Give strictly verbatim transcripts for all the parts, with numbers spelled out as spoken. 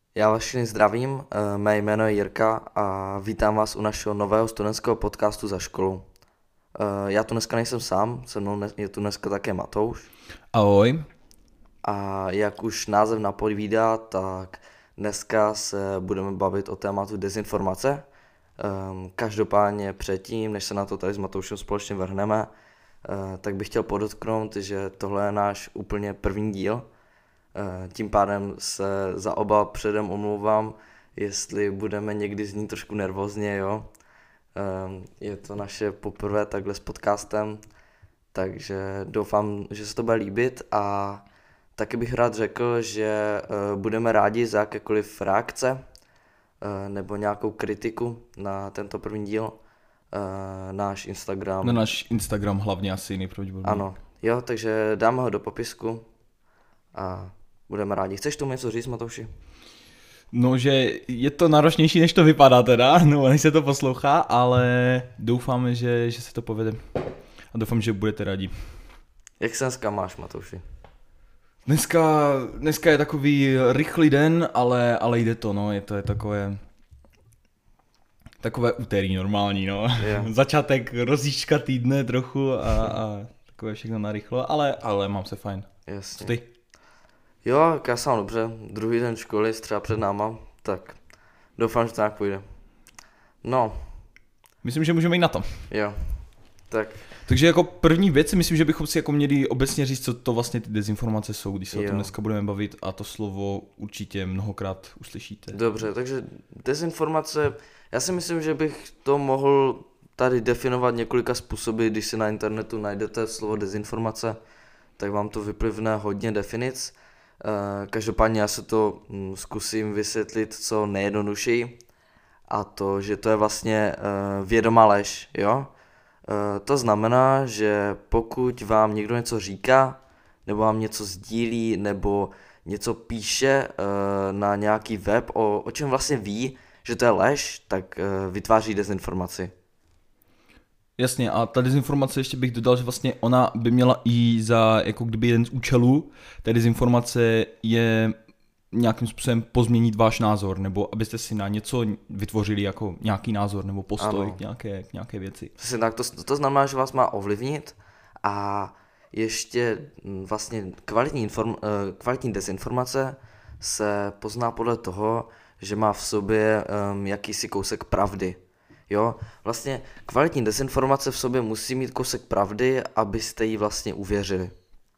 Já vás všichni zdravím, eh, mé jméno je Jirka a vítám vás u našeho nového studentského podcastu za školu. Eh, Já tu dneska nejsem sám, se mnou ne- je tu dneska také Matouš Ahoj. a jak už název napovídá, tak dneska se budeme bavit o tématu dezinformace. Ehm, Každopádně předtím, než se na to tady s Matoušem společně vrhneme, eh, tak bych chtěl podotknout, že tohle je náš úplně první díl. Eh, Tím pádem se za oba předem omlouvám, jestli budeme někdy znít trošku nervózně, jo. Ehm, Je to naše poprvé takhle s podcastem, takže doufám, že se to bude líbit a taky bych rád řekl, že eh, budeme rádi za jakékoliv reakce eh, nebo nějakou kritiku na tento první díl. Eh, Náš Instagram. Na náš Instagram hlavně asi nejpravděpodobněji. Ano, jo, takže dáme ho do popisku a budeme rádi. Chceš tomu něco říct, Matouši? No, že je to náročnější, než to vypadá teda, no, než se to poslouchá, ale doufáme, že, že se to povede. A doufám, že budete rádi. Jak se dneska máš, Matouši? Dneska, dneska je takový rychlý den, ale, ale jde to, no, je to je takové, takové úterý normální, no. Jo. Začátek rozjížďka týdne trochu a, a takové všechno narychlo, ale, ale mám se fajn. Co Jasně. ty? Jo, tak já sám dobře. Druhý den školy, třeba před náma, tak doufám, že to nějak půjde. No, Myslím, že můžeme jít na to. jo. Tak Takže jako první věc si myslím, že bychom si jako měli obecně říct, co to vlastně ty dezinformace jsou, když se o Jo. tom dneska budeme bavit a to slovo určitě mnohokrát uslyšíte. dobře, takže dezinformace, já si myslím, že bych to mohl tady definovat několika způsoby, když si na internetu najdete slovo dezinformace, tak vám to vyplivne hodně definic. Eh, Každopádně já se to mm, zkusím vysvětlit co nejjednodušeji, a to, že to je vlastně eh, vědomá lež, jo? Eh, To znamená, že pokud vám někdo něco říká, nebo vám něco sdílí, nebo něco píše eh, na nějaký web, o, o čem vlastně ví, že to je lež, tak eh, vytváří dezinformaci. Jasně, a ta dezinformace ještě bych dodal, že vlastně ona by měla i za jako kdyby jeden z účelů té dezinformace je nějakým způsobem pozměnit váš názor, nebo abyste si na něco vytvořili jako nějaký názor nebo postoj Ano. k nějaké, k nějaké věci. Přesně tak, to, to znamená, že vás má ovlivnit a ještě mm, vlastně kvalitní, inform, eh, kvalitní dezinformace se pozná podle toho, že má v sobě um, jakýsi kousek pravdy. Jo, vlastně kvalitní dezinformace v sobě musí mít kousek pravdy, abyste jí vlastně uvěřili.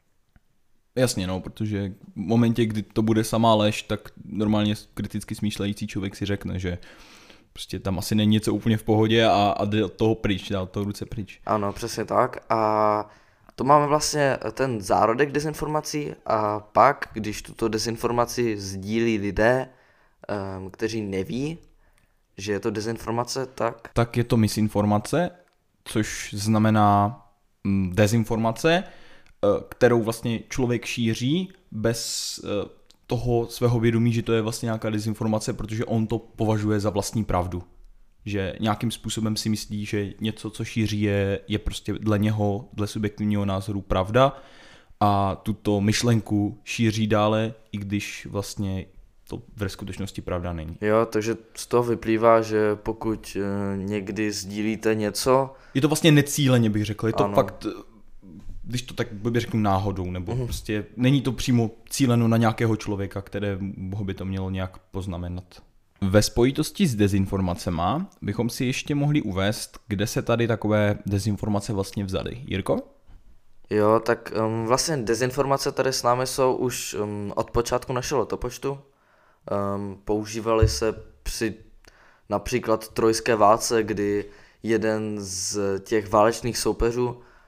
Jasně, no, protože v momentě, kdy to bude samá lež, tak normálně kriticky smýšlející člověk si řekne, že prostě tam asi není něco úplně v pohodě a, a jde od toho pryč, dá od toho ruce pryč. Ano, přesně tak. A to máme vlastně ten zárodek dezinformací a pak, když tuto dezinformaci sdílí lidé, um, kteří neví, že je to dezinformace, tak Tak je to misinformace, což znamená mm, dezinformace, eh, kterou vlastně člověk šíří bez eh, toho svého vědomí, že to je vlastně nějaká dezinformace, protože on to považuje za vlastní pravdu. Že nějakým způsobem si myslí, že něco, co šíří, je, je prostě dle něho, dle subjektivního názoru pravda a tuto myšlenku šíří dále, i když vlastně to ve skutečnosti pravda není. jo, takže z toho vyplývá, že pokud uh, někdy sdílíte něco, Je to vlastně necíleně, bych řekl. Je to Ano. fakt, když to tak blbě řeknu, náhodou, nebo mm. prostě není to přímo cíleno na nějakého člověka, kterého by to mělo nějak poznamenat. Ve spojitosti s dezinformacema bychom si ještě mohli uvést, kde se tady takové dezinformace vlastně vzaly. Jirko? jo, tak um, vlastně dezinformace tady s námi jsou už um, od počátku našeho letopočtu. Um, používaly se při například trojské válce, kdy jeden z těch válečných soupeřů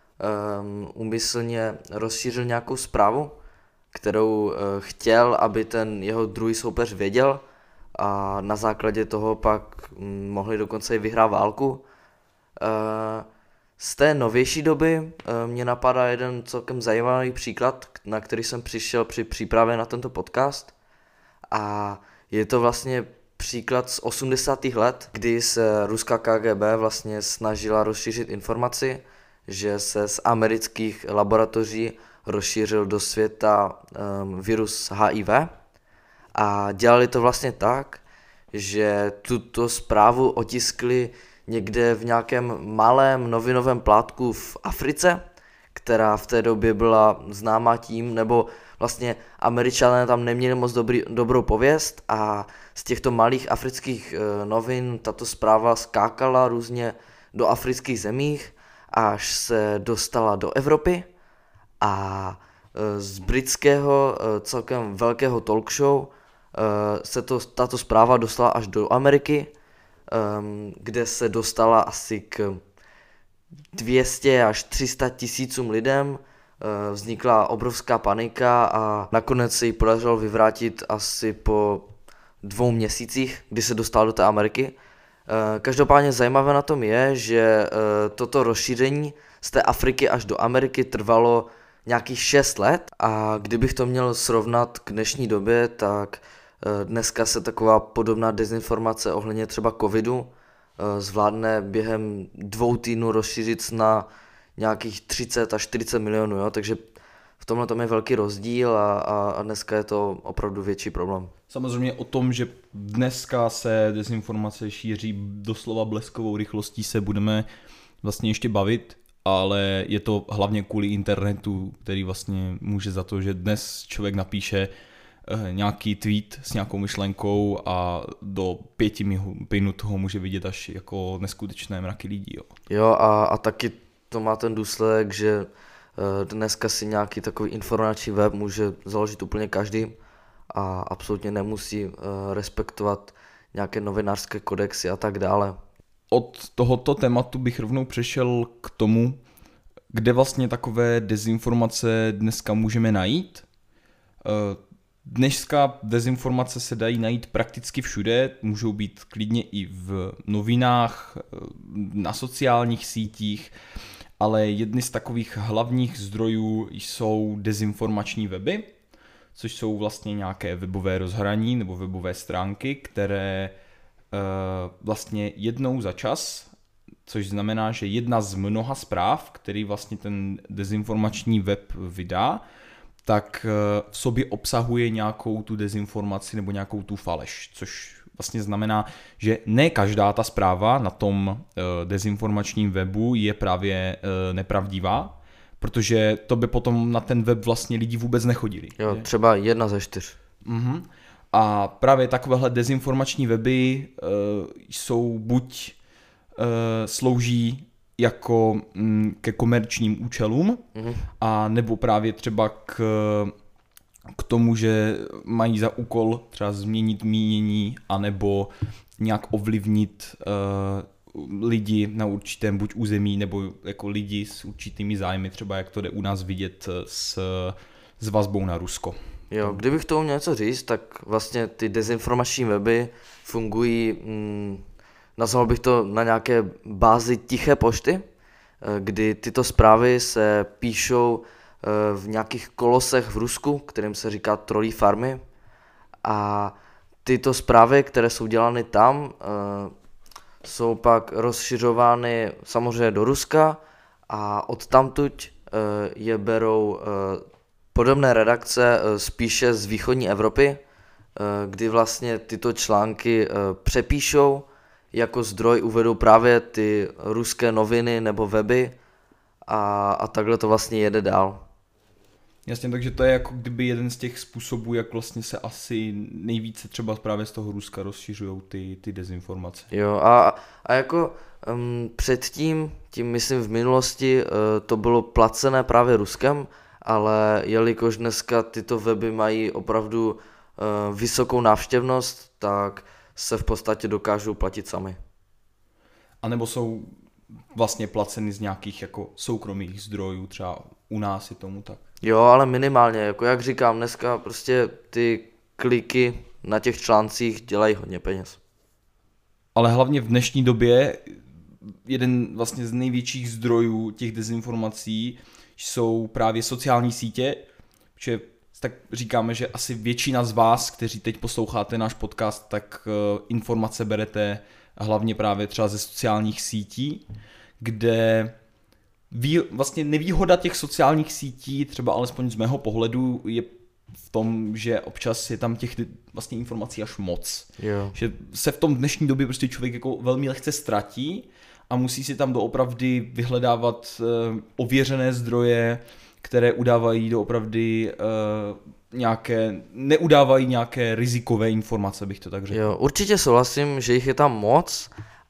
um, úmyslně rozšířil nějakou zprávu, kterou uh, chtěl, aby ten jeho druhý soupeř věděl, a na základě toho pak um, mohli dokonce i vyhrát válku. Uh, z té novější doby uh, mě napadá jeden celkem zajímavý příklad, na který jsem přišel při přípravě na tento podcast, a je to vlastně příklad z osmdesátých let, kdy se ruská K G B vlastně snažila rozšířit informaci, že se z amerických laboratoří rozšířil do světa um, virus H I V A dělali to vlastně tak, že tuto zprávu otiskli někde v nějakém malém novinovém plátku v Africe, která v té době byla známá tím, nebo vlastně Američané tam neměli moc dobrý, dobrou pověst a z těchto malých afrických e, novin tato zpráva skákala různě do afrických zemích, až se dostala do Evropy a e, z britského e, celkem velkého talk show e, se to, tato zpráva dostala až do Ameriky, e, kde se dostala asi k dvě stě až tři sta tisícům lidem, vznikla obrovská panika a nakonec se jí podařilo vyvrátit asi po dvou měsících, kdy se dostala do té Ameriky. Každopádně zajímavé na tom je, že toto rozšíření z té Afriky až do Ameriky trvalo nějakých šest let a kdybych to měl srovnat k dnešní době, tak dneska se taková podobná dezinformace ohledně třeba covidu zvládne během dvou týdnů rozšířit na nějakých třicet až čtyřicet milionů, jo? Takže v tomhle tom je velký rozdíl a, a, a dneska je to opravdu větší problém. Samozřejmě o tom, že dneska se dezinformace šíří doslova bleskovou rychlostí, se budeme vlastně ještě bavit, ale je to hlavně kvůli internetu, který vlastně může za to, že dnes člověk napíše nějaký tweet s nějakou myšlenkou a do pěti minut ho může vidět až jako neskutečné mraky lidí. Jo, jo a, a taky to má ten důsledek, že dneska si nějaký takový informační web může založit úplně každý a absolutně nemusí respektovat nějaké novinářské kodexy a tak dále. Od tohoto tématu bych rovnou přešel k tomu, kde vlastně takové dezinformace dneska můžeme najít. Dneska dezinformace se dají najít prakticky všude, můžou být klidně i v novinách, na sociálních sítích, ale jedny z takových hlavních zdrojů jsou dezinformační weby, což jsou vlastně nějaké webové rozhraní nebo webové stránky, které uh, vlastně jednou za čas, což znamená, že jedna z mnoha zpráv, který vlastně ten dezinformační web vydá, tak v sobě obsahuje nějakou tu dezinformaci nebo nějakou tu faleš, což vlastně znamená, že ne každá ta zpráva na tom dezinformačním webu je právě nepravdivá, protože to by potom na ten web vlastně lidi vůbec nechodili. Jo, třeba jedna ze čtyř. Mhm. A právě takovéhle dezinformační weby uh, jsou buď uh, slouží jako mm, ke komerčním účelům, mm-hmm. a nebo právě třeba k, k tomu, že mají za úkol třeba změnit mínění anebo nějak ovlivnit uh, lidi na určitém buď území nebo jako lidi s určitými zájmy, třeba jak to jde u nás vidět s, s vazbou na Rusko. Jo, kdybych tomu měl něco říct, tak vlastně ty dezinformační weby fungují, mm, nazval bych to na nějaké bázi tiché pošty, kdy tyto zprávy se píšou v nějakých kolosech v Rusku, kterým se říká trolí farmy, a tyto zprávy, které jsou dělány tam, jsou pak rozšiřovány samozřejmě do Ruska a odtamtud je berou podobné redakce spíše z východní Evropy, kdy vlastně tyto články přepíšou, jako zdroj uvedou právě ty ruské noviny nebo weby a, a takhle to vlastně jede dál. Jasně, takže to je jako kdyby jeden z těch způsobů, jak vlastně se asi nejvíce třeba právě z toho Ruska rozšiřují ty, ty dezinformace. Jo, a, a jako um, předtím, tím myslím v minulosti, uh, to bylo placené právě Ruskem, ale jelikož dneska tyto weby mají opravdu uh, vysokou návštěvnost, tak se v podstatě dokážou platit sami. A nebo jsou vlastně placeny z nějakých jako soukromých zdrojů, třeba u nás je tomu tak. Jo, ale minimálně, jako jak říkám, dneska prostě ty kliky na těch článcích dělají hodně peněz. Ale hlavně v dnešní době jeden vlastně z největších zdrojů těch dezinformací jsou právě sociální sítě, že tak říkáme, že asi většina z vás, kteří teď posloucháte náš podcast, tak informace berete hlavně právě třeba ze sociálních sítí, kde vý, vlastně nevýhoda těch sociálních sítí, třeba alespoň z mého pohledu, je v tom, že občas je tam těch vlastně informací až moc. Jo. Že se v tom dnešní době prostě člověk jako velmi lehce ztratí a musí si tam doopravdy vyhledávat uh, ověřené zdroje, které udávají doopravdy uh, nějaké, neudávají nějaké rizikové informace, bych to tak řekl. Jo, určitě souhlasím, že jich je tam moc,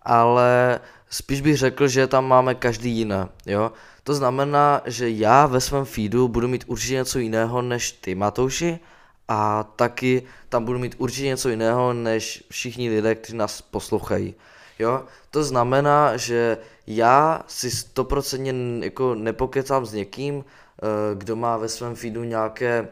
ale spíš bych řekl, že tam máme každý jiné, jo. To znamená, že já ve svém feedu budu mít určitě něco jiného než ty, Matouši, a taky tam budu mít určitě něco jiného než všichni lidé, kteří nás poslouchají. Jo? To znamená, že já si stoprocentně jako nepokecám s někým, kdo má ve svém feedu nějaké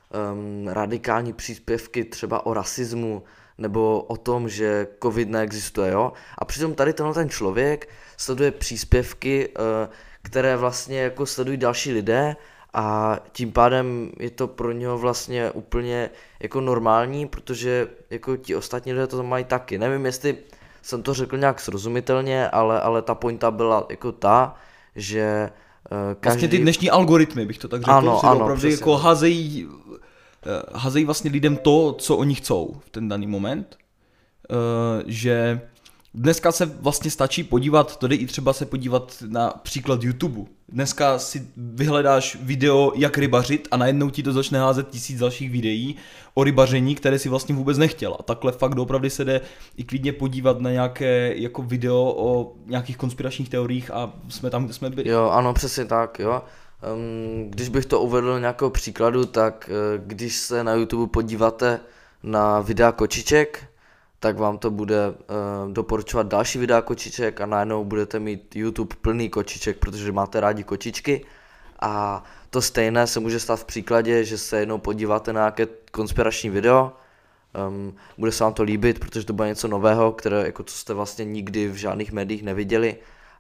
um, radikální příspěvky třeba o rasismu nebo o tom, že covid neexistuje. Jo? A přitom tady tenhle ten člověk sleduje příspěvky, uh, které vlastně jako sledují další lidé, a tím pádem je to pro něho vlastně úplně jako normální, protože jako ti ostatní lidé to mají taky. Nevím, jestli jsem to řekl nějak srozumitelně, ale, ale ta pointa byla jako ta, že uh, každý... Vlastně ty dnešní algoritmy, bych to tak řekl, ano, si ano, opravdu jako hazejí, hazejí vlastně lidem to, co oni chcou v ten daný moment, uh, že dneska se vlastně stačí podívat, to jde i třeba se podívat na příklad YouTube. Dneska si vyhledáš video, jak rybařit, a najednou ti to začne házet tisíc dalších videí o rybaření, které si vlastně vůbec nechtěl. A takhle fakt opravdu se jde i klidně podívat na nějaké jako video o nějakých konspiračních teoriích a jsme tam, kde jsme byli. Jo, ano, přesně tak, jo. Um, když bych to uvedl nějakého příkladu, tak uh, když se na YouTube podíváte na videa kočiček, tak vám to bude uh, doporučovat další videa kočiček a najednou budete mít YouTube plný kočiček, protože máte rádi kočičky. A to stejné se může stát v příkladě, že se jednou podíváte na nějaké konspirační video, um, bude se vám to líbit, protože to bude něco nového, které jako co jste vlastně nikdy v žádných médiích neviděli,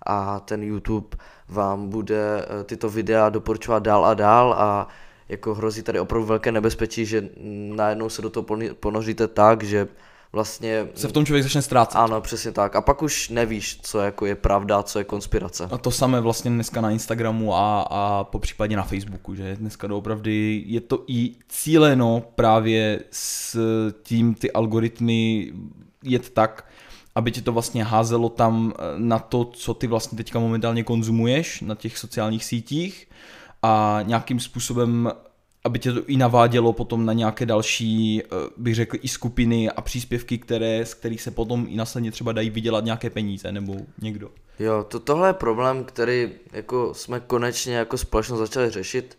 a ten YouTube vám bude uh, tyto videa doporučovat dál a dál, a jako hrozí tady opravdu velké nebezpečí, že najednou se do toho ponoříte tak, že vlastně se v tom člověk začne ztrácet. Ano, přesně tak. A pak už nevíš, co jako je pravda, co je konspirace. A to samé vlastně dneska na Instagramu a, a popřípadě na Facebooku, že dneska doopravdy je to i cíleno právě s tím ty algoritmy jet tak, aby ti to vlastně házelo tam na to, co ty vlastně teďka momentálně konzumuješ na těch sociálních sítích, a nějakým způsobem aby tě to i navádělo potom na nějaké další, bych řekl, i skupiny a příspěvky, které, z kterých se potom i následně třeba dají vydělat nějaké peníze nebo někdo. Jo, to, tohle je problém, který jako jsme konečně jako společnost začali řešit,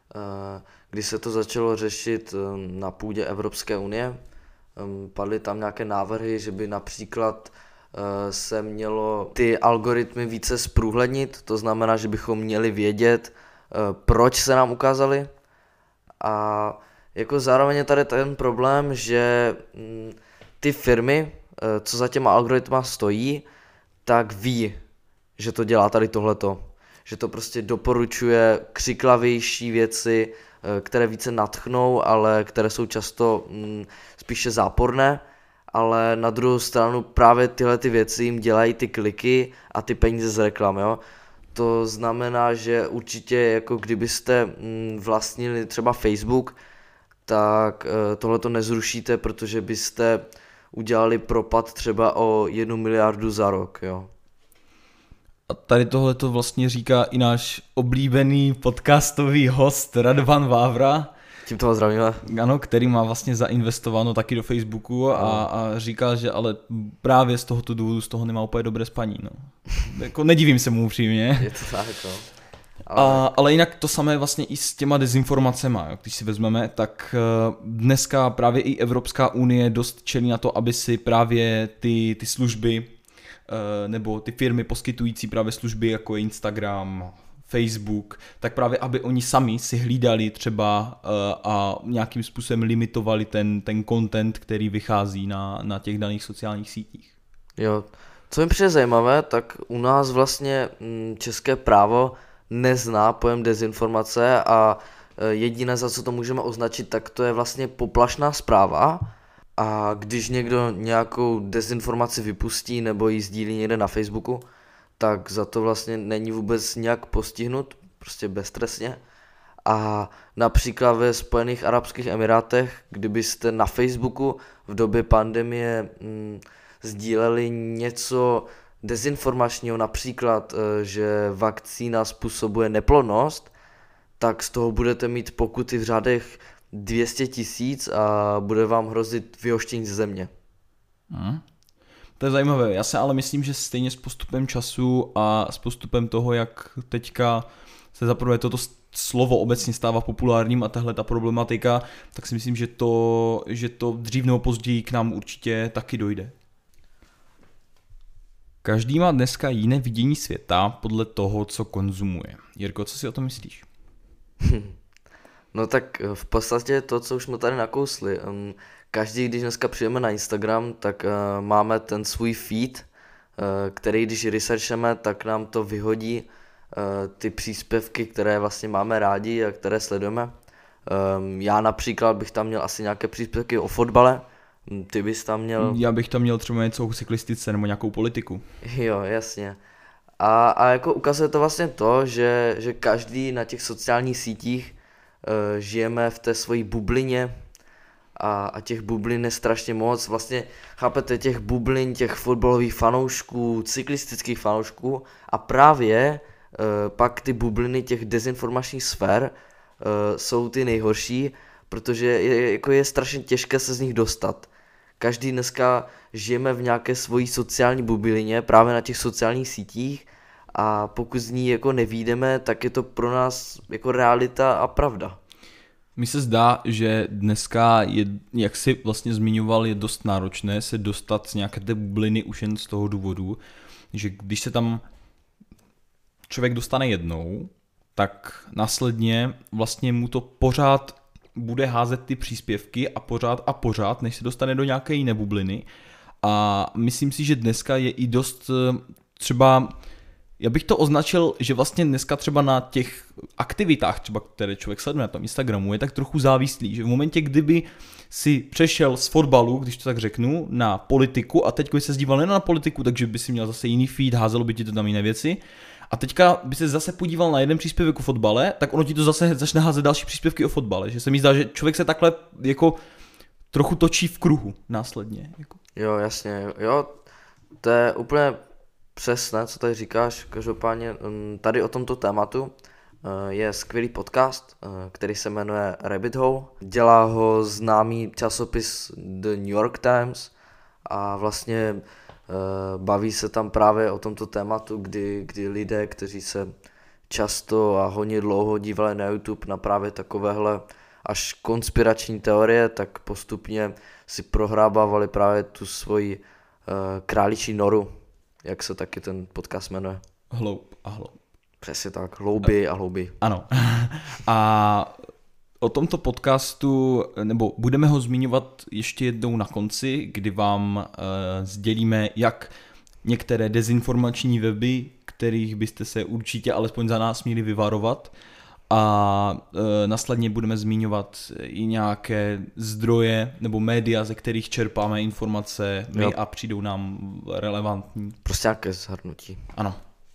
když se to začalo řešit na půdě Evropské unie. Padly tam nějaké návrhy, že by například se mělo ty algoritmy více zprůhlednit, to znamená, že bychom měli vědět, proč se nám ukázaly. A jako zároveň je tady ten problém, že ty firmy, co za těma algoritma stojí, tak ví, že to dělá tady tohleto. Že to prostě doporučuje křiklavější věci, které více nadchnou, ale které jsou často spíše záporné. Ale na druhou stranu právě tyhle ty věci jim dělají ty kliky a ty peníze z reklam, jo. To znamená, že určitě jako kdybyste vlastnili třeba Facebook, tak tohle to nezrušíte, protože byste udělali propad třeba o jednu miliardu za rok, jo. A tady tohle to vlastně říká i náš oblíbený podcastový host Radovan Vávra. Tímto vás zdravíme. Ano, který má vlastně zainvestováno taky do Facebooku a, a říká, že ale právě z tohoto důvodu z toho nemá úplně dobré spaní, no. Jako nedivím se mu upřímně. Je to tak, no. Ale... A, ale jinak to samé vlastně i s těma dezinformacema, když si vezmeme, tak dneska právě i Evropská unie dost čelí na to, aby si právě ty, ty služby nebo ty firmy poskytující právě služby jako je Instagram, Facebook, tak právě aby oni sami si hlídali třeba uh, a nějakým způsobem limitovali ten, ten content, který vychází na, na těch daných sociálních sítích. Jo, co mi přijde zajímavé, tak u nás vlastně m, české právo nezná pojem dezinformace a jediné, za co to můžeme označit, tak to je vlastně poplašná zpráva. A když někdo nějakou dezinformaci vypustí nebo ji sdílí někde na Facebooku, tak za to vlastně není vůbec nějak postihnut, prostě beztrestně. A například ve Spojených arabských emirátech, kdybyste na Facebooku v době pandemie mm, sdíleli něco dezinformačního, například, eh, že vakcína způsobuje neplodnost, tak z toho budete mít pokuty v řádech dvě stě tisíc a bude vám hrozit vyhoštění ze země. Hmm. To je zajímavé. Já se ale myslím, že stejně s postupem času a s postupem toho, jak teďka se zaprvé toto slovo obecně stává populárním a tahle ta problematika, tak si myslím, že to, že to dřív nebo později k nám určitě taky dojde. Každý má dneska jiné vidění světa podle toho, co konzumuje. Jirko, co si o tom myslíš? No tak v podstatě to, co už jsme tady nakousli. Každý, když dneska přijdeme na Instagram, tak uh, máme ten svůj feed, uh, který když researcheme, tak nám to vyhodí uh, ty příspěvky, které vlastně máme rádi a které sledujeme. Um, já například bych tam měl asi nějaké příspěvky o fotbale, ty bys tam měl... Já bych tam měl třeba něco o cyklistice nebo nějakou politiku. Jo, jasně. A, a jako ukazuje to vlastně to, že, že každý na těch sociálních sítích uh, žijeme v té svojí bublině, A, a těch bublin je strašně moc, vlastně chápete, těch bublin, těch fotbalových fanoušků, cyklistických fanoušků a právě e, pak ty bubliny těch dezinformačních sfér e, jsou ty nejhorší, protože je, jako je strašně těžké se z nich dostat. Každý dneska žijeme v nějaké svojí sociální bublině, právě na těch sociálních sítích a pokud z ní jako nevyjdeme, tak je to pro nás jako realita a pravda. Mně se zdá, že dneska, je, jak jsi vlastně zmiňoval, je dost náročné se dostat z nějaké té bubliny už jen z toho důvodu, že když se tam člověk dostane jednou, tak následně vlastně mu to pořád bude házet ty příspěvky a pořád a pořád, než se dostane do nějaké jiné bubliny. A myslím si, že dneska je i dost třeba... Já bych to označil, že vlastně dneska třeba na těch aktivitách, třeba které člověk sleduje na tom Instagramu, je tak trochu závislý, že v momentě, kdyby si přešel z fotbalu, když to tak řeknu, na politiku a teď by se zdíval nejen na politiku, takže by si měl zase jiný feed, házelo by ti to tam jiné věci a teďka by se zase podíval na jeden příspěvek o fotbale, tak ono ti to zase začne házet další příspěvky o fotbale, že se mi zdá, že člověk se takhle jako trochu točí v kruhu následně. Jako. Jo, jasně, jo, to je úplně přesné, co tady říkáš. Každopádně tady o tomto tématu je skvělý podcast, který se jmenuje Rabbit Hole. Dělá ho známý časopis The New York Times a vlastně baví se tam právě o tomto tématu, kdy, kdy lidé, kteří se často a hodně dlouho dívali na YouTube na právě takovéhle až konspirační teorie, tak postupně si prohrábávali právě tu svoji králičí noru, jak se taky ten podcast jmenuje. Hloub a hloub. Přesně tak, hlouby a hlouby. Ano. A o tomto podcastu, nebo budeme ho zmiňovat ještě jednou na konci, kdy vám uh, sdělíme, jak některé dezinformační weby, kterých byste se určitě alespoň za nás měli vyvarovat. A e, následně budeme zmiňovat i nějaké zdroje nebo média, ze kterých čerpáme informace my jo. A přijdou nám relevantní. Prostě nějaké shrnutí. Ano.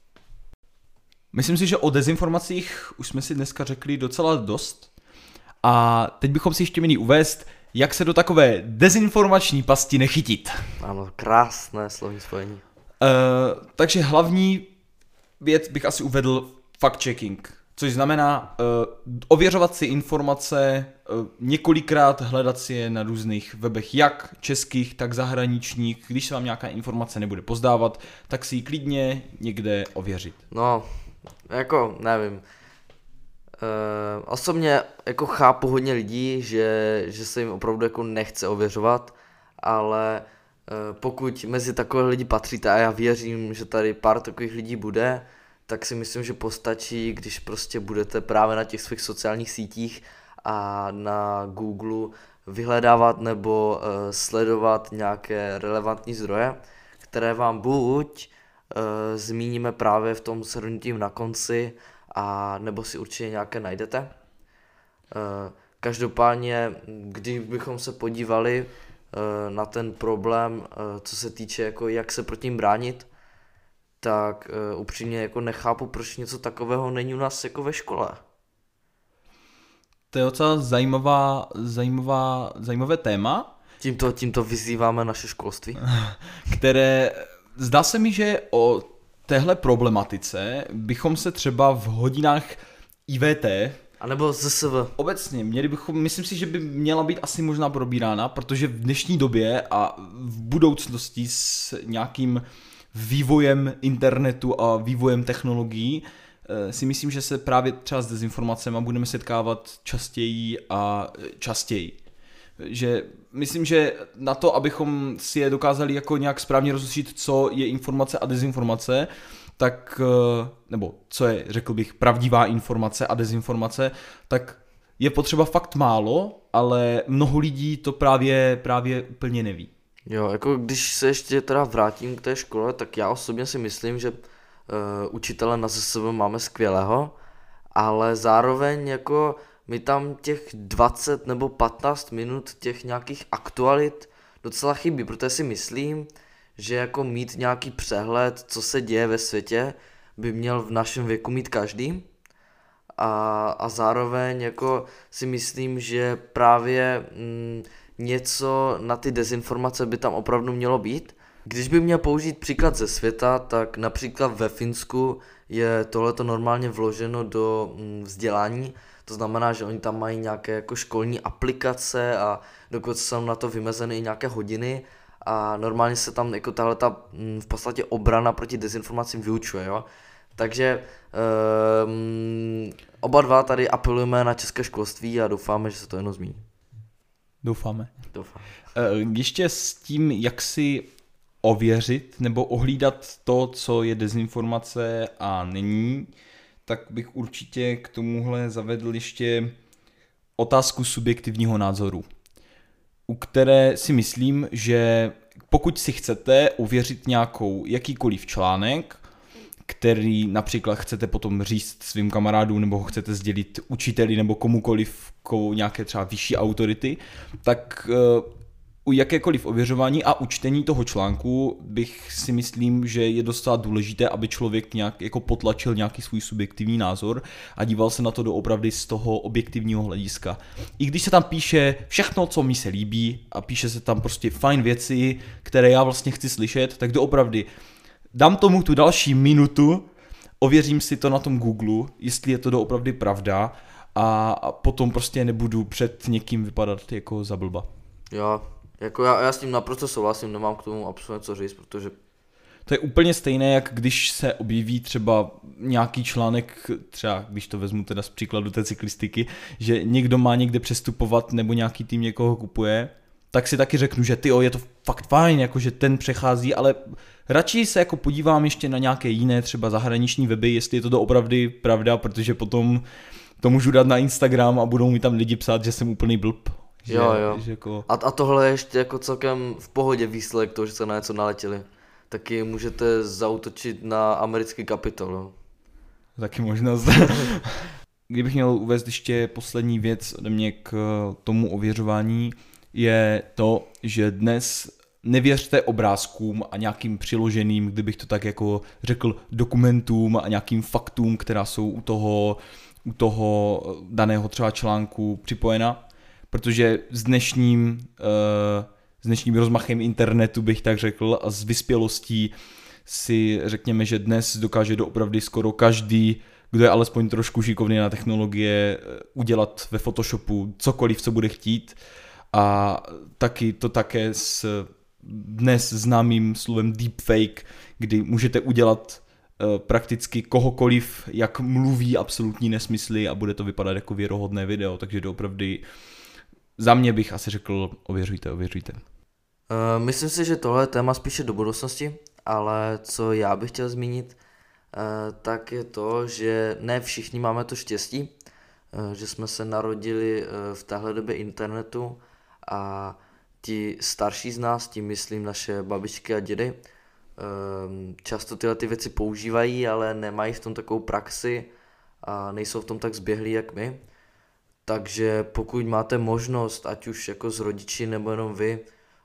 Myslím si, že o dezinformacích už jsme si dneska řekli docela dost. A teď bychom si ještě měli uvést, jak se do takové dezinformační pasti nechytit. Ano, krásné slovní spojení. E, takže hlavní věc bych asi uvedl fact-checking. Což znamená uh, ověřovat si informace, uh, několikrát hledat si je na různých webech, jak českých, tak zahraničních. Když se vám nějaká informace nebude pozdávat, tak si ji klidně někde ověřit. No, jako nevím. Uh, osobně jako chápu hodně lidí, že, že se jim opravdu jako nechce ověřovat, ale uh, pokud mezi takové lidi patříte a já věřím, že tady pár takových lidí bude, tak si myslím, že postačí, když prostě budete právě na těch svých sociálních sítích a na Google vyhledávat nebo uh, sledovat nějaké relevantní zdroje, které vám buď uh, zmíníme právě v tom shrnutí na konci, a nebo si určitě nějaké najdete. Uh, každopádně, když bychom se podívali uh, na ten problém, uh, co se týče, jako jak se proti ním bránit, tak uh, upřímně jako nechápu, proč něco takového není u nás jako ve škole. to je docela zajímavá, zajímavá, zajímavé téma. Tímto, tímto vyzýváme naše školství. Které, zdá se mi, že o téhle problematice bychom se třeba v hodinách I V T, a nebo Z S V. obecně, měli bychom, myslím si, že by měla být asi možná probírána, protože v dnešní době a v budoucnosti s nějakým vývojem internetu a vývojem technologií si myslím, že se právě třeba s dezinformacemi budeme setkávat častěji a častěji. Že myslím, že na to, abychom si je dokázali jako nějak správně rozlišit, co je informace a dezinformace, tak, nebo co je, řekl bych, pravdivá informace a dezinformace, tak je potřeba fakt málo, ale mnoho lidí to právě, právě úplně neví. Jo, jako když se ještě teda vrátím k té škole, tak já osobně si myslím, že uh, učitele na Z S V máme skvělého, ale zároveň jako mi tam těch dvacet nebo patnáct minut těch nějakých aktualit docela chybí, protože si myslím, že jako mít nějaký přehled, co se děje ve světě, by měl v našem věku mít každý. A, a zároveň jako si myslím, že právě mm, něco na ty dezinformace by tam opravdu mělo být. Když by měl použít příklad ze světa, tak například ve Finsku je tohleto normálně vloženo do mm, vzdělání. To znamená, že oni tam mají nějaké jako školní aplikace a dokonce jsou na to vymezeny i nějaké hodiny a normálně se tam jako tahleta mm, v podstatě obrana proti dezinformacím vyučuje, jo. Takže um, oba dva tady apelujeme na české školství a doufáme, že se to jenom zmíní. Doufáme. Doufám. Ještě s tím, jak si ověřit nebo ohlídat to, co je dezinformace a není, tak bych určitě k tomuhle zavedl ještě otázku subjektivního názoru, u které si myslím, že pokud si chcete ověřit nějakou jakýkoliv článek, který například chcete potom říct svým kamarádům nebo ho chcete sdělit učiteli nebo komukoliv, kou nějaké třeba vyšší autority, tak u jakékoliv ověřování a učtení toho článku bych si myslím, že je docela důležité, aby člověk nějak jako potlačil nějaký svůj subjektivní názor a díval se na to doopravdy z toho objektivního hlediska. I když se tam píše všechno, co mi se líbí a píše se tam prostě fajn věci, které já vlastně chci slyšet, tak doopravdy dám tomu tu další minutu, ověřím si to na tom Google, jestli je to doopravdy pravda a potom prostě nebudu před někým vypadat jako za blba. Jo, jako já, já s tím naprosto souhlasím, nemám k tomu absolutně co říct, protože... To je úplně stejné, jak když se objeví třeba nějaký článek, třeba když to vezmu teda z příkladu té cyklistiky, že někdo má někde přestupovat nebo nějaký tým někoho kupuje, tak si taky řeknu, že tyjo, je to fakt fajn, jako že ten přechází, ale radši se jako podívám ještě na nějaké jiné třeba zahraniční weby, jestli je to doopravdy pravda, protože potom to můžu dát na Instagram a budou mi tam lidi psát, že jsem úplný blb. Že, jo, jo. Že jako... a, a tohle je ještě jako celkem v pohodě výsledek toho, že se na něco naletěli. Taky můžete zaútočit na americký kapitol. Jo. Taky možnost. Kdybych měl uvést ještě poslední věc ode mě k tomu ověřování, je to, že dnes nevěřte obrázkům a nějakým přiloženým, kdybych to tak jako řekl, dokumentům a nějakým faktům, která jsou u toho, u toho daného třeba článku připojena, protože s dnešním, s dnešním rozmachem internetu bych tak řekl a s vyspělostí si řekněme, že dnes dokáže doopravdy skoro každý, kdo je alespoň trošku šikovný na technologie, udělat ve Photoshopu cokoliv, co bude chtít. A taky to také s dnes známým slovem deepfake, kdy můžete udělat uh, prakticky kohokoliv, jak mluví absolutní nesmysly a bude to vypadat jako věrohodné video, takže doopravdy za mě bych asi řekl ověřujte, ověřujte. Uh, myslím si, že tohle je téma spíše do budoucnosti, ale co já bych chtěl zmínit, uh, tak je to, že ne všichni máme to štěstí, uh, že jsme se narodili uh, v téhle době internetu a ti starší z nás, tím myslím naše babičky a dědy, často tyhle ty věci používají, ale nemají v tom takovou praxi a nejsou v tom tak zběhlí jak my. Takže pokud máte možnost, ať už jako s rodiči nebo jenom vy,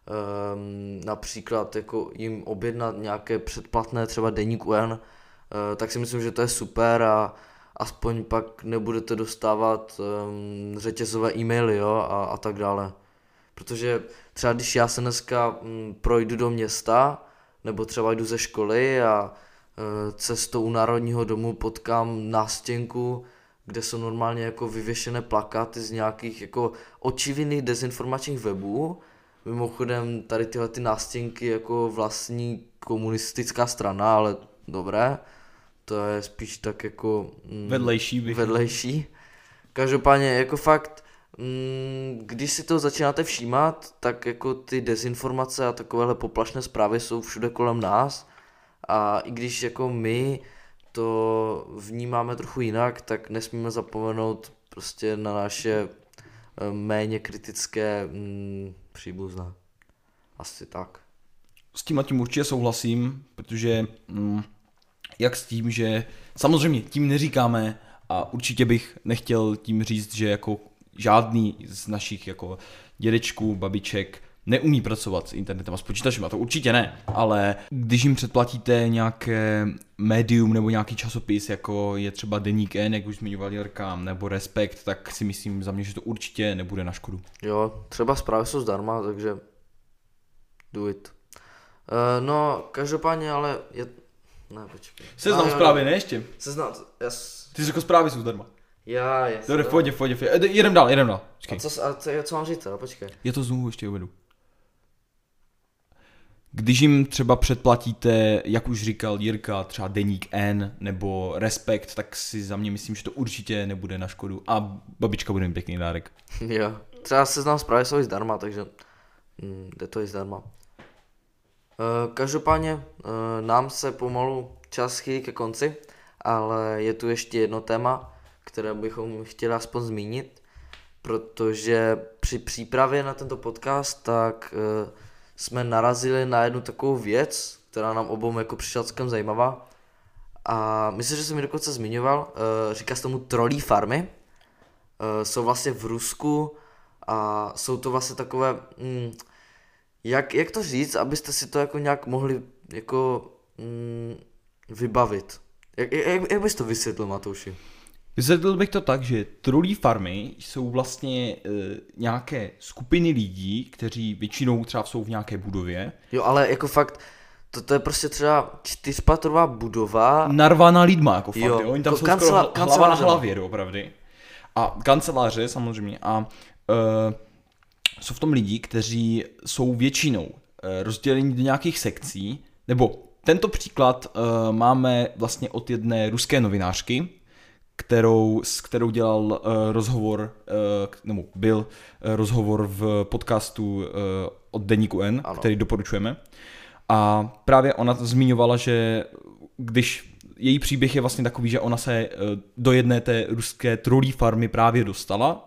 například jako jim objednat nějaké předplatné třeba deník U N, tak si myslím, že to je super a aspoň pak nebudete dostávat um, řetězové e-maily, jo, a, a tak dále. Protože třeba když já se dneska um, projdu do města, nebo třeba jdu ze školy a uh, cestou u Národního domu potkám nástěnku, kde jsou normálně jako vyvěšené plakáty z nějakých jako očividných dezinformačních webů. Mimochodem tady tyhle ty nástěnky jako vlastní komunistická strana, ale dobré, to je spíš tak jako mm, vedlejší, bych vedlejší. Každopádně jako fakt, mm, když si to začínáte všímat, tak jako ty dezinformace a takovéhle poplašné zprávy jsou všude kolem nás a i když jako my to vnímáme trochu jinak, tak nesmíme zapomenout prostě na naše méně kritické mm, příbuzné. Asi tak. S tím a tím určitě souhlasím, protože mm, jak s tím, že samozřejmě tím neříkáme a určitě bych nechtěl tím říct, že jako žádný z našich jako dědečků, babiček neumí pracovat s internetem a s počítačem, a to určitě ne, ale když jim předplatíte nějaké médium nebo nějaký časopis, jako je třeba Deník N, jak už zmiňoval Jirka, nebo Respekt, tak si myslím za mě, že to určitě nebude na škodu. Jo, třeba zprávy jsou zdarma, takže do it. Uh, no, každopádně, ale je... Ne, počkej. Seznam no, zprávy, ne ještě? Seznam, jas... Ty jsi řekl zprávy jsou zdarma. Já, jasně. Dobře, pojď, pojď, pojď. Jedem dál, jedem dál. A co, a co, co mám říct teda, počkej. Já to znovu ještě uvedu. Když jim třeba předplatíte, jak už říkal Jirka, třeba Deník N nebo Respekt, tak si za mě myslím, že to určitě nebude na škodu a babička bude mít pěkný dárek. Jo, třeba seznam zprávy jsou i zdarma, takže hm, jde to i zdarma. E, každopádně e, nám se pomalu čas chýlí ke konci, ale je tu ještě jedno téma, které bychom chtěli aspoň zmínit, protože při přípravě na tento podcast tak e, jsme narazili na jednu takovou věc, která nám obou jako přišla celkem zajímavá. A myslím, že jsem mi dokonce zmiňoval, e, říká se tomu trollí farmy. E, jsou vlastně v Rusku a jsou to vlastně takové, mm, jak, jak to říct, abyste si to jako nějak mohli jako mm, vybavit. Jak, jak, jak bys to vysvětlil, Matouši? Vysvětlil bych to tak, že trollí farmy jsou vlastně e, nějaké skupiny lidí, kteří většinou třeba jsou v nějaké budově. Jo, ale jako fakt, to, to je prostě třeba čtyřpatrová budova. Narvaná lidma, jako fakt, jo. Jo. Oni tam Ko- jsou kancela- skoro hlava na hlavě, doopravdy. A kanceláře samozřejmě. A e, jsou v tom lidi, kteří jsou většinou e, rozděleni do nějakých sekcí, nebo tento příklad e, máme vlastně od jedné ruské novinářky, kterou, s kterou dělal uh, rozhovor, uh, nebo byl uh, rozhovor v podcastu uh, od Deníku N, ano. Který doporučujeme. A právě ona zmiňovala, že když její příběh je vlastně takový, že ona se uh, do jedné té ruské trollí farmy právě dostala,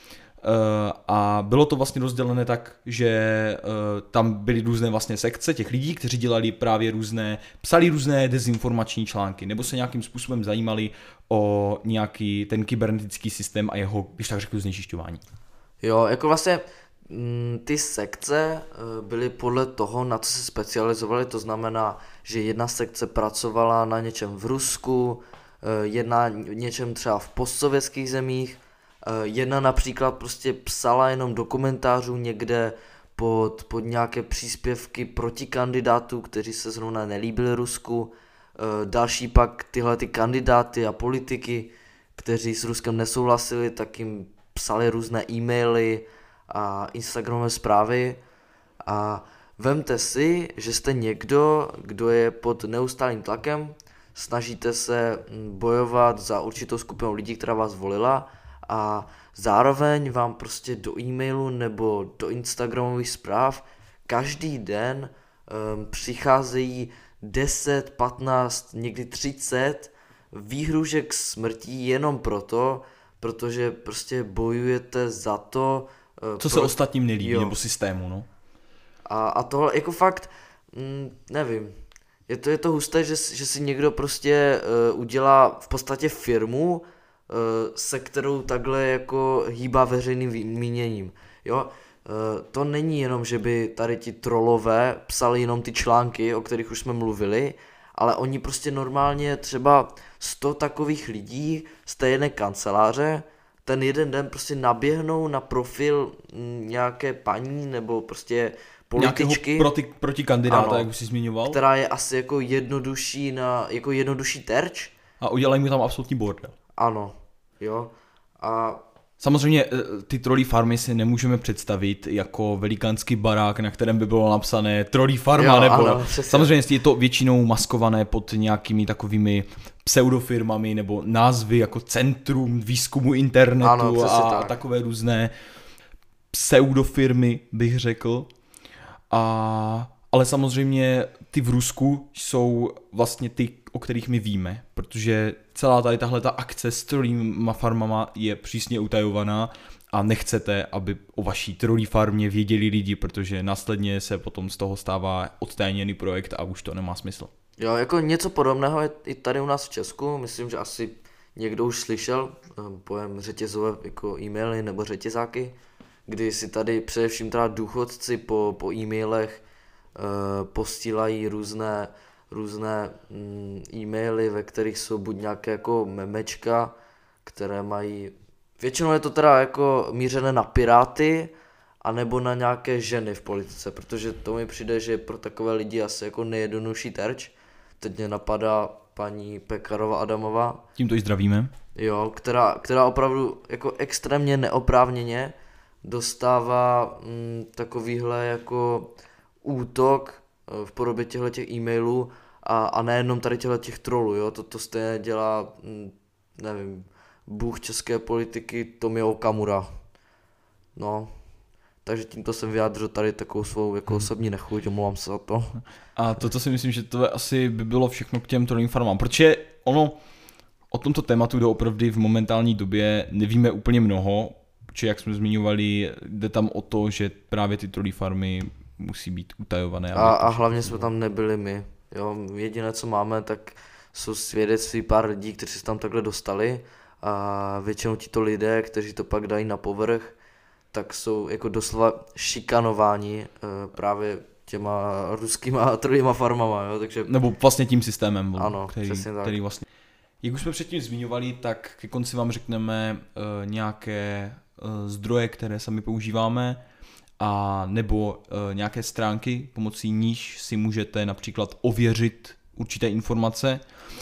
Uh, a bylo to vlastně rozdělené tak, že uh, tam byly různé vlastně sekce těch lidí, kteří dělali právě různé, psali různé dezinformační články, nebo se nějakým způsobem zajímali o nějaký ten kybernetický systém a jeho, když tak řeknu, znečišťování. Jo, jako vlastně m, ty sekce byly podle toho, na co se specializovali, to znamená, že jedna sekce pracovala na něčem v Rusku, jedna něčem třeba v postsovětských zemích, jedna například prostě psala jenom do komentářů někde pod, pod nějaké příspěvky proti kandidátů, kteří se zrovna nelíbili Rusku. Další pak tyhle ty kandidáty a politiky, kteří s Ruskem nesouhlasili, tak jim psali různé e-maily a instagramové zprávy. A vemte si, že jste někdo, kdo je pod neustálým tlakem, snažíte se bojovat za určitou skupinu lidí, která vás volila, a zároveň vám prostě do e-mailu nebo do instagramových zpráv každý den um, přicházejí deset, patnáct, někdy třicet výhrůžek smrtí jenom proto, protože prostě bojujete za to, uh, co pro... se ostatním nelíbí, jo. Nebo systému, no. A, a tohle jako fakt, mm, nevím, je to, je to husté, že, že si někdo prostě uh, udělá v podstatě firmu, se kterou takhle jako hýbá veřejným míněním. Jo? To není jenom, že by tady ti trollové psali jenom ty články, o kterých už jsme mluvili, ale oni prostě normálně třeba sto takových lidí z té jedné kanceláře, ten jeden den prostě naběhnou na profil mm, nějaké paní nebo prostě političky. Nějakého proti, proti kandidáta, Ano, jak už jsi zmiňoval. která je asi jako jednodušší na, jako jednodušší terč. A udělají mu tam absolutní bordel. Ano, jo. A Samozřejmě ty trolí farmy si nemůžeme představit jako velikánský barák, na kterém by bylo napsané trolí farma, Jo, nebo ano, přesně. samozřejmě je to většinou maskované pod nějakými takovými pseudofirmami nebo názvy jako Centrum výzkumu internetu Ano, přesně a tak. takové různé pseudofirmy, bych řekl. A, ale samozřejmě ty v Rusku jsou vlastně ty, o kterých my víme, protože celá tady tahle ta akce s trolíma farmama je přísně utajovaná a nechcete, aby o vaší trolí farmě věděli lidi, protože následně se potom z toho stává odtajněný projekt a už to nemá smysl. Jo, jako něco podobného je i tady u nás v Česku, myslím, že asi někdo už slyšel eh, pojem řetězové jako e-maily nebo řetězáky, kdy si tady především teda důchodci po, po e-mailech eh, posílají různé, různé mm, e-maily, ve kterých jsou buď nějaké jako memečka, které mají, většinou je to teda jako mířené na piráty, anebo na nějaké ženy v politice, protože to mi přijde, že je pro takové lidi asi jako nejjednodušší terč. Teď mě napadá paní Pekarová Adamová, Tímto i zdravíme. jo, která, která opravdu jako extrémně neoprávněně dostává mm, takovýhle jako útok eh, v podobě těchto těch e-mailů a, a nejenom tady těchto těch trolů, jo, to, to stejně dělá, mm, nevím, bůh české politiky Tomio Okamura, no. Takže tímto jsem vyjádřil tady takovou svou jako osobní nechuť, omlouvám se za to. A toto si myslím, že to asi by bylo všechno k těm trolím farmám, protože ono o tomto tématu doopravdy v momentální době nevíme úplně mnoho, protože jak jsme zmiňovali, jde tam o to, že právě ty trolí farmy musí být utajované. A, a hlavně jsme tam nebyli my, jo, jediné co máme, tak jsou svědectví pár lidí, kteří se tam takhle dostali a většinou tito lidé, kteří to pak dají na povrch, tak jsou jako doslova šikanováni e, právě těma ruskýma trolíma farmama, jo, takže Nebo vlastně tím systémem, ano, který, přesně tak. který vlastně. Jak už jsme předtím zmiňovali, tak ke konci vám řekneme uh, nějaké uh, zdroje, které sami používáme, a nebo uh, nějaké stránky, pomocí níž si můžete například ověřit určité informace,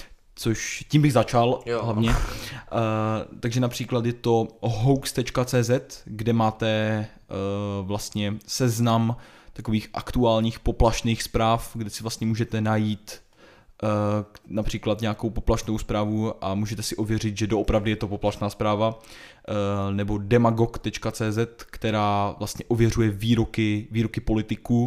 což tím bych začal Jo. hlavně. Uh, takže například je to hoax tečka cé zet, kde máte uh, vlastně seznam takových aktuálních poplašných zpráv, kde si vlastně můžete najít uh, například nějakou poplašnou zprávu a můžete si ověřit, že doopravdy je to poplašná zpráva, uh, nebo demagog tečka cé zet, která vlastně ověřuje výroky, výroky politiků,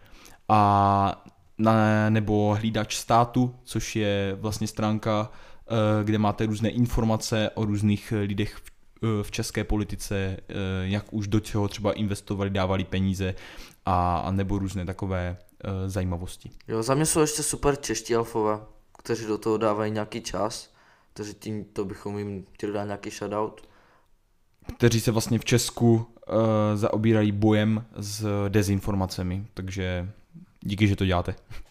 a na, nebo hlídač státu, což je vlastně stránka, uh, kde máte různé informace o různých lidech v, uh, v české politice, uh, jak už do čeho třeba investovali, dávali peníze, a, a nebo různé takové uh, zajímavosti. Jo, za mě jsou ještě super čeští elfové, kteří do toho dávají nějaký čas, takže tím to bychom jim chtěli dát nějaký shoutout. Kteří se vlastně v Česku uh, zaobírají bojem s dezinformacemi, takže díky, že to děláte.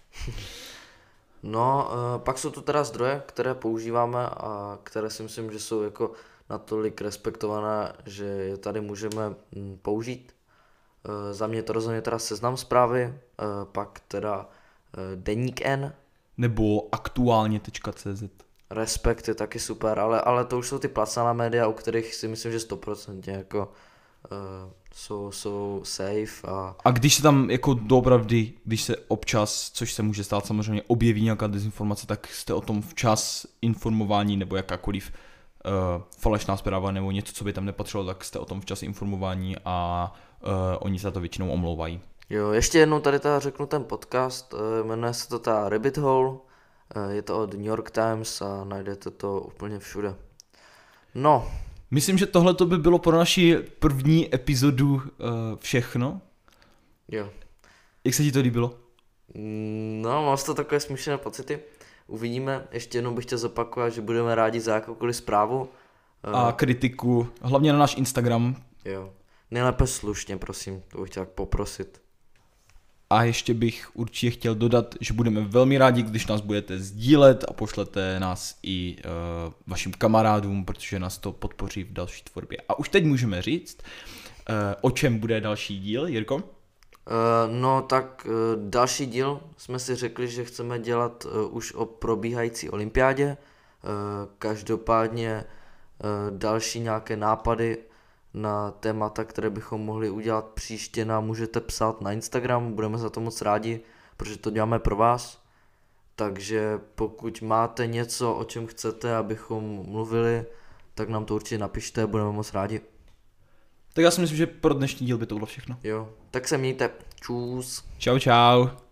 No, uh, pak jsou tu teda zdroje, které používáme a které si myslím, že jsou jako natolik respektované, že je tady můžeme mm, použít. Uh, za mě to rozhodně teda Seznam Zprávy, uh, pak teda uh, Deník N, Nebo aktuálně tečka cé zet. Respekt je taky super, ale, ale to už jsou ty placená média, u kterých si myslím, že sto procent jako uh, jsou, jsou safe a... A když se tam jako doopravdy, když se občas, což se může stát samozřejmě, objeví nějaká dezinformace, tak jste o tom včas informování, nebo jakákoliv uh, falešná zpráva nebo něco, co by tam nepatřilo, tak jste o tom včas informování a uh, oni se za to většinou omlouvají. Jo, ještě jednou tady teda řeknu ten podcast, uh, jmenuje se to ta Rabbit Hole, uh, je to od New York Times a najdete to úplně všude. No, Myslím, že tohle by bylo pro naši první epizodu uh, všechno. jo. Jak se ti to líbilo? Mm, No, mám z toho takové smíšené pocity. Uvidíme, ještě jednou bych chtěl zopakovat, že budeme rádi za jakoukoliv zprávu. Uh, A kritiku, hlavně na náš Instagram. Jo. Nejlépe slušně, prosím, to bych chtěl tak poprosit. A ještě bych určitě chtěl dodat, že budeme velmi rádi, když nás budete sdílet a pošlete nás i uh, vašim kamarádům, protože nás to podpoří v další tvorbě. A už teď můžeme říct, uh, o čem bude další díl, Jirko? Uh, no tak uh, další díl jsme si řekli, že chceme dělat uh, už o probíhající olympiádě. Uh, každopádně uh, další nějaké nápady na témata, které bychom mohli udělat příště, nám můžete psát na Instagram, budeme za to moc rádi, protože to děláme pro vás. Takže pokud máte něco, o čem chcete, abychom mluvili, tak nám to určitě napište, budeme moc rádi. Tak já si myslím, že pro dnešní díl by to bylo všechno. Jo, tak se mějte. Čus. Čau, čau.